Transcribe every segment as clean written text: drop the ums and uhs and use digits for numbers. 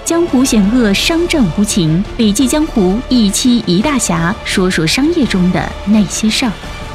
江湖险恶，商战无情。笔记江湖，一期一大侠，说说商业中的那些事儿。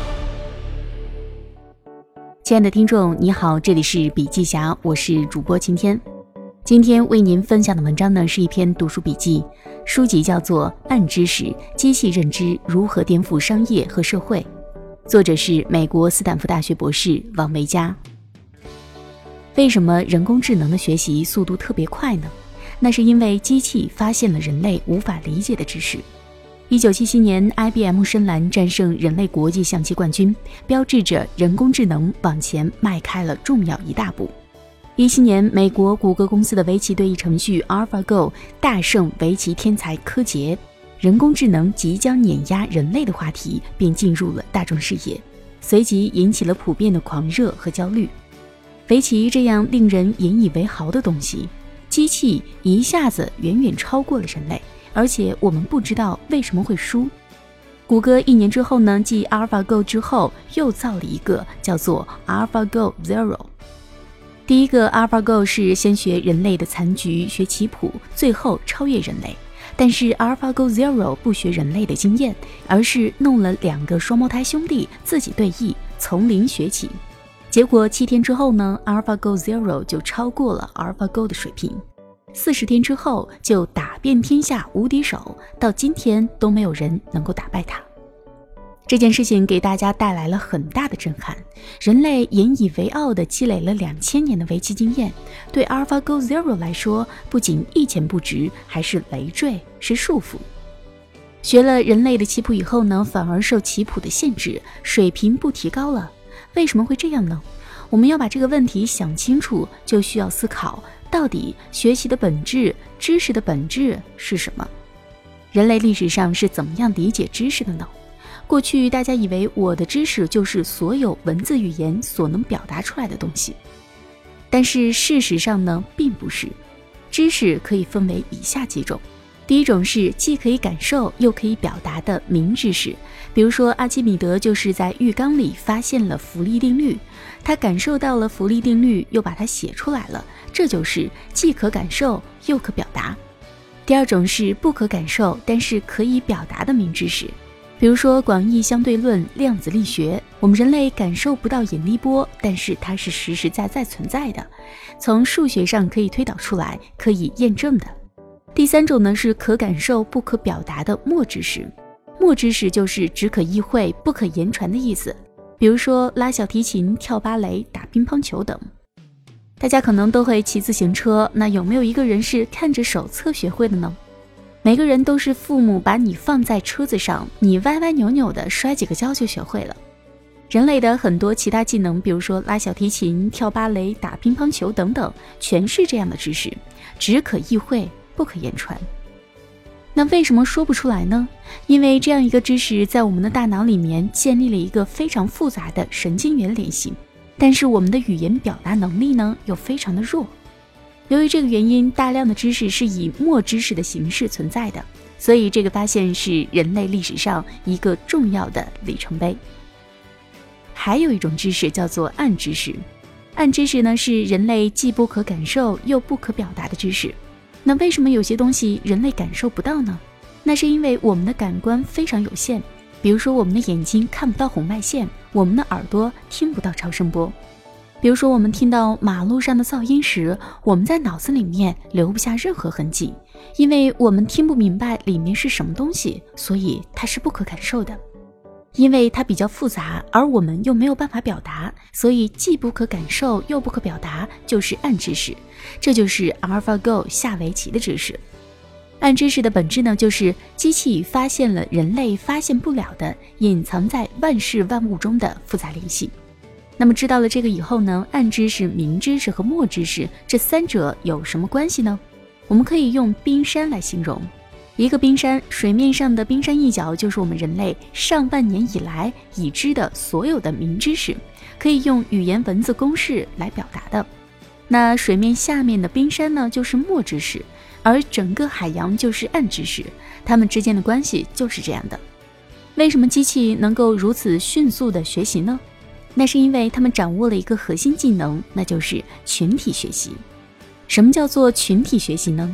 亲爱的听众，你好，这里是笔记侠，我是主播晴天。今天为您分享的文章呢，是一篇读书笔记，书籍叫做《暗知识：机器认知如何颠覆商业和社会》，作者是美国斯坦福大学博士王维佳。为什么人工智能的学习速度特别快呢？那是因为机器发现了人类无法理解的知识。1977年 IBM 深蓝战胜人类国际象棋冠军，标志着人工智能往前迈开了重要一大步。17年，美国谷歌公司的围棋对弈程序 AlphaGo 大胜围棋天才柯洁，人工智能即将碾压人类的话题便进入了大众视野，随即引起了普遍的狂热和焦虑。围棋这样令人引以为豪的东西，机器一下子远远超过了人类，而且我们不知道为什么会输。谷歌1年之后呢，继 AlphaGo 之后又造了一个叫做 AlphaGo Zero。第一个 AlphaGo 是先学人类的残局，学棋谱，最后超越人类。但是 AlphaGo Zero 不学人类的经验，而是弄了2个双胞胎兄弟自己对弈，从零学起。结果7天之后呢， AlphaGo Zero 就超过了 AlphaGo 的水平。40天之后就打遍天下无敌手，到今天都没有人能够打败他。这件事情给大家带来了很大的震撼，人类引以为傲地积累了2000年的围棋经验，对 AlphaGo Zero 来说不仅一钱不值，还是累赘，是束缚。学了人类的棋谱以后呢，反而受棋谱的限制，水平不提高了。为什么会这样呢？我们要把这个问题想清楚，就需要思考到底学习的本质，知识的本质是什么？人类历史上是怎么样理解知识的呢？过去大家以为我的知识就是所有文字语言所能表达出来的东西，但是事实上呢，并不是。知识可以分为以下几种。第一种是既可以感受又可以表达的明知识，比如说阿基米德就是在浴缸里发现了浮力定律，他感受到了浮力定律，又把它写出来了，这就是既可感受又可表达。第二种是不可感受但是可以表达的明知识，比如说广义相对论、量子力学，我们人类感受不到引力波，但是它是实实在在存在的，从数学上可以推导出来，可以验证的。第三种呢是可感受不可表达的默知识，默知识就是只可意会不可言传的意思，比如说拉小提琴、跳芭蕾、打乒乓球等。大家可能都会骑自行车，那有没有一个人是看着手册学会的呢？每个人都是父母把你放在车子上，你歪歪扭扭的摔几个跤就学会了。人类的很多其他技能，比如说拉小提琴、跳芭蕾、打乒乓球等等，全是这样的知识，只可意会不可言传。那为什么说不出来呢？因为这样一个知识在我们的大脑里面建立了一个非常复杂的神经元联系，但是我们的语言表达能力呢又非常的弱。由于这个原因，大量的知识是以默知识的形式存在的，所以这个发现是人类历史上一个重要的里程碑。还有一种知识叫做暗知识，暗知识呢是人类既不可感受又不可表达的知识。那为什么有些东西人类感受不到呢？那是因为我们的感官非常有限，比如说我们的眼睛看不到红外线，我们的耳朵听不到超声波。比如说我们听到马路上的噪音时，我们在脑子里面留不下任何痕迹，因为我们听不明白里面是什么东西，所以它是不可感受的。因为它比较复杂，而我们又没有办法表达，所以既不可感受又不可表达，就是暗知识。这就是 AlphaGo 下围棋的知识。暗知识的本质呢，就是机器发现了人类发现不了的隐藏在万事万物中的复杂联系。那么知道了这个以后呢，暗知识、明知识和默知识这三者有什么关系呢？我们可以用冰山来形容。一个冰山，水面上的冰山一角就是我们人类上万年以来已知的所有的明知识，可以用语言文字公式来表达的。那水面下面的冰山呢，就是默知识，而整个海洋就是暗知识，它们之间的关系就是这样的。为什么机器能够如此迅速地学习呢？那是因为它们掌握了一个核心技能，那就是群体学习。什么叫做群体学习呢？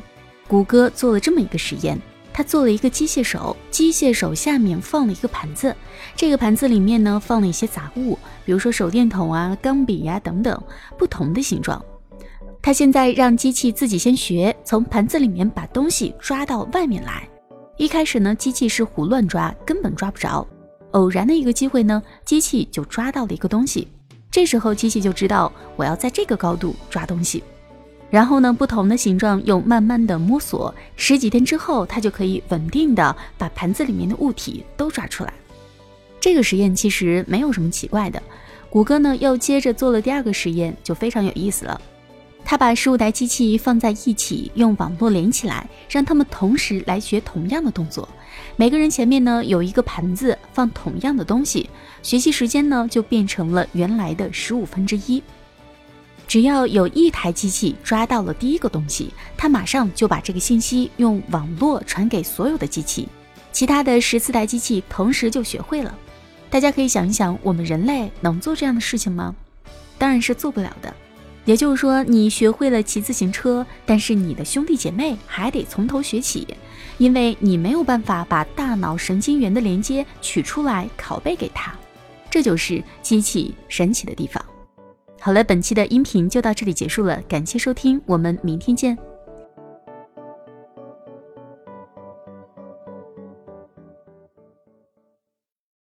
谷歌做了这么一个实验，他做了一个机械手，机械手下面放了一个盘子，这个盘子里面呢放了一些杂物，比如说手电筒啊、钢笔啊等等不同的形状。他现在让机器自己先学，从盘子里面把东西抓到外面来。一开始呢，机器是胡乱抓，根本抓不着。偶然的一个机会呢，机器就抓到了一个东西。这时候机器就知道我要在这个高度抓东西。然后呢，不同的形状又慢慢的摸索，10几天之后，它就可以稳定的把盘子里面的物体都抓出来。这个实验其实没有什么奇怪的。谷歌呢又接着做了第2个实验，就非常有意思了。他把15台机器放在一起，用网络连起来，让他们同时来学同样的动作。每个人前面呢有一个盘子，放同样的东西，学习时间呢就变成了原来的1/15。只要有一台机器抓到了第一个东西，它马上就把这个信息用网络传给所有的机器，其他的14台机器同时就学会了。大家可以想一想，我们人类能做这样的事情吗？当然是做不了的。也就是说，你学会了骑自行车，但是你的兄弟姐妹还得从头学起，因为你没有办法把大脑神经元的连接取出来拷贝给他。这就是机器神奇的地方。好了，本期的音频就到这里结束了，感谢收听，我们明天见。